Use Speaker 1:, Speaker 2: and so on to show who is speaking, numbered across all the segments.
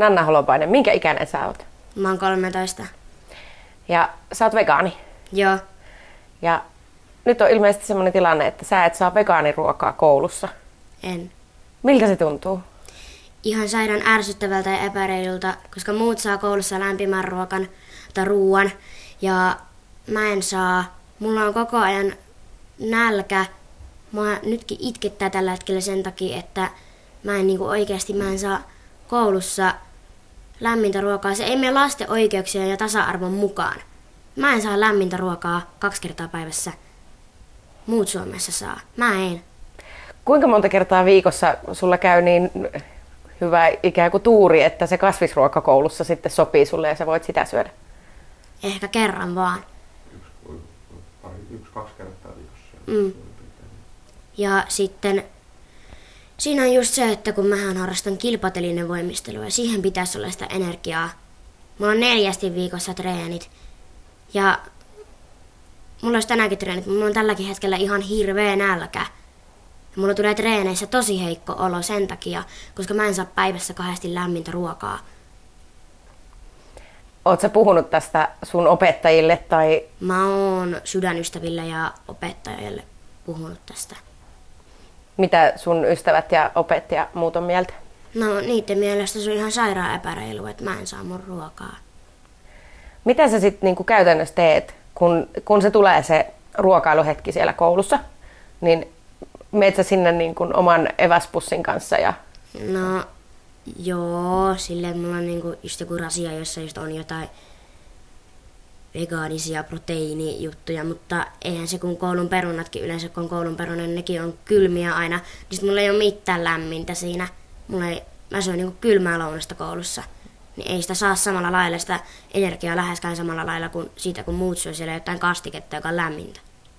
Speaker 1: Nanna Holopainen, minkä ikäinen sä oot?
Speaker 2: Mä oon 13.
Speaker 1: Ja sä oot vegaani.
Speaker 2: Joo.
Speaker 1: Ja nyt on ilmeisesti semmoinen tilanne, että sä et saa vegaaniruokaa koulussa.
Speaker 2: En.
Speaker 1: Miltä se tuntuu?
Speaker 2: Ihan sairaan ärsyttävältä ja epäreilulta, koska muut saa koulussa lämpimän ruuan ja mä en saa. Mulla on koko ajan nälkä. Mua nytkin itkettää tällä hetkellä sen takia, että mä en saa koulussa lämmintä ruokaa. Se ei mene lasten oikeuksien ja tasa-arvon mukaan. Mä en saa lämmintä ruokaa 2 kertaa päivässä. Muut Suomessa saa. Mä en.
Speaker 1: Kuinka monta kertaa viikossa sulla käy niin hyvä ikään kuin tuuri, että se kasvisruoka koulussa sitten sopii sulle ja sä voit sitä syödä?
Speaker 2: Ehkä kerran vaan.
Speaker 3: 1-2 kertaa viikossa.
Speaker 2: Ja sitten siinä on just se, että kun mähän harrastan kilpatelinen voimistelua ja siihen pitäisi olla sitä energiaa. Mulla on 4 viikossa treenit ja mulla olisi tänäänkin treenit, mutta mulla on tälläkin hetkellä ihan hirveä nälkä. Ja mulla tulee treeneissä tosi heikko olo sen takia, koska mä en saa päivässä 2 lämmintä ruokaa.
Speaker 1: Oot sä puhunut tästä sun opettajille tai...
Speaker 2: Mä oon sydänystäville ja opettajille puhunut tästä.
Speaker 1: Mitä sun ystävät ja opettaja muut on mieltä?
Speaker 2: No niiden mielestä se on ihan sairaan epäreilu, että mä en saa mun ruokaa.
Speaker 1: Mitä sä sitten niinku käytännössä teet, kun se tulee se ruokailuhetki siellä koulussa? Niin meet sä sinne niinku oman eväspussin kanssa? Ja...
Speaker 2: No joo, silleen mulla on just joku rasia, jossa just on jotain vegaanisia proteiinijuttuja, mutta eihän se kun koulun perunatkin yleensä, kun on koulun perunan, nekin on kylmiä aina, niin sit mulla ei ole mitään lämmintä siinä. Mä syön kylmää lounasta koulussa, niin ei sitä saa samalla lailla sitä energiaa läheskään samalla lailla kuin siitä, kun muut syö siellä jotain kastiketta, joka on lämmintä.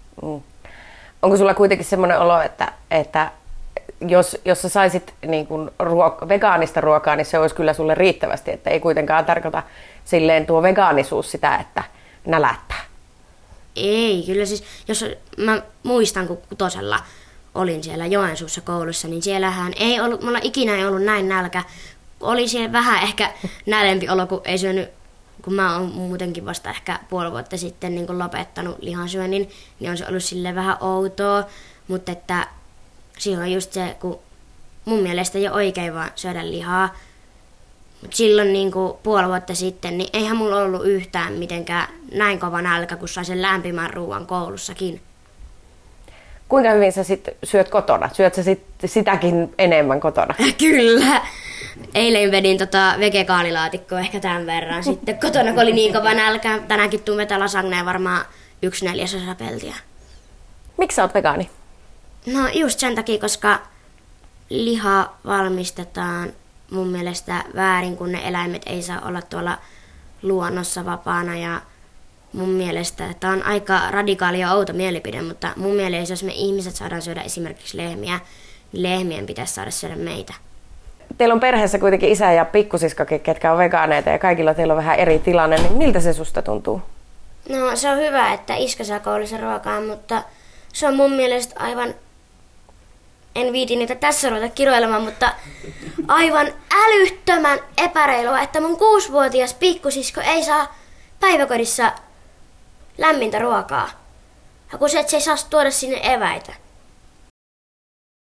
Speaker 1: Onko sulla kuitenkin semmoinen olo, että jos sä saisit niin kuin vegaanista ruokaa, niin se olisi kyllä sulle riittävästi, että ei kuitenkaan tarkoita silleen tuo vegaanisuus sitä, että nälättää?
Speaker 2: Ei, kyllä siis, jos mä muistan, kun 6. olin siellä Joensuussa koulussa, niin siellähän ei ollut, mulla ikinä ei ollut näin nälkä. Oli siellä vähän ehkä nälempi olo, kun ei syönyt, kun mä oon muutenkin vasta ehkä puoli vuotta sitten niin kun lopettanut lihansyönnin, niin on se ollut silleen vähän outoa, mutta että siinä on just se, kun mun mielestä ei ole oikein vaan syödä lihaa. Mutta silloin niin kuin puoli vuotta sitten, niin eihän mulla ollut yhtään mitenkään näin kova nälkä, kun sai sen lämpimän ruuan koulussakin.
Speaker 1: Kuinka hyvin sä sit syöt kotona? Syöt sä sitäkin enemmän kotona?
Speaker 2: Kyllä. Eilen vedin vegegaanilaatikkoa ehkä tämän verran. Sitten kotona, kun oli niin kova nälkä, tänäänkin tuun vetää lasagnea varmaan 1/4 peltiä.
Speaker 1: Miksi sä oot vegaani?
Speaker 2: No just sen takia, koska liha valmistetaan mun mielestä väärin, kun ne eläimet ei saa olla tuolla luonnossa vapaana. Ja mun mielestä tämä on aika radikaali ja outo mielipide, mutta mun mielestä jos me ihmiset saadaan syödä esimerkiksi lehmiä, niin lehmien pitäisi saada syödä meitä.
Speaker 1: Teillä on perheessä kuitenkin isä ja pikkusiskokin, ketkä on vegaaneita ja kaikilla teillä on vähän eri tilanne, niin miltä se susta tuntuu?
Speaker 2: No se on hyvä, että iskä saa koulussa ruokaa, mutta se on mun mielestä aivan, en viiti niitä tässä ruveta kiroilemaan, mutta aivan älyttömän epäreilua, että mun 6-vuotias pikkusisko ei saa päiväkodissa lämmintä ruokaa. Ja kun se ei saa tuoda sinne eväitä.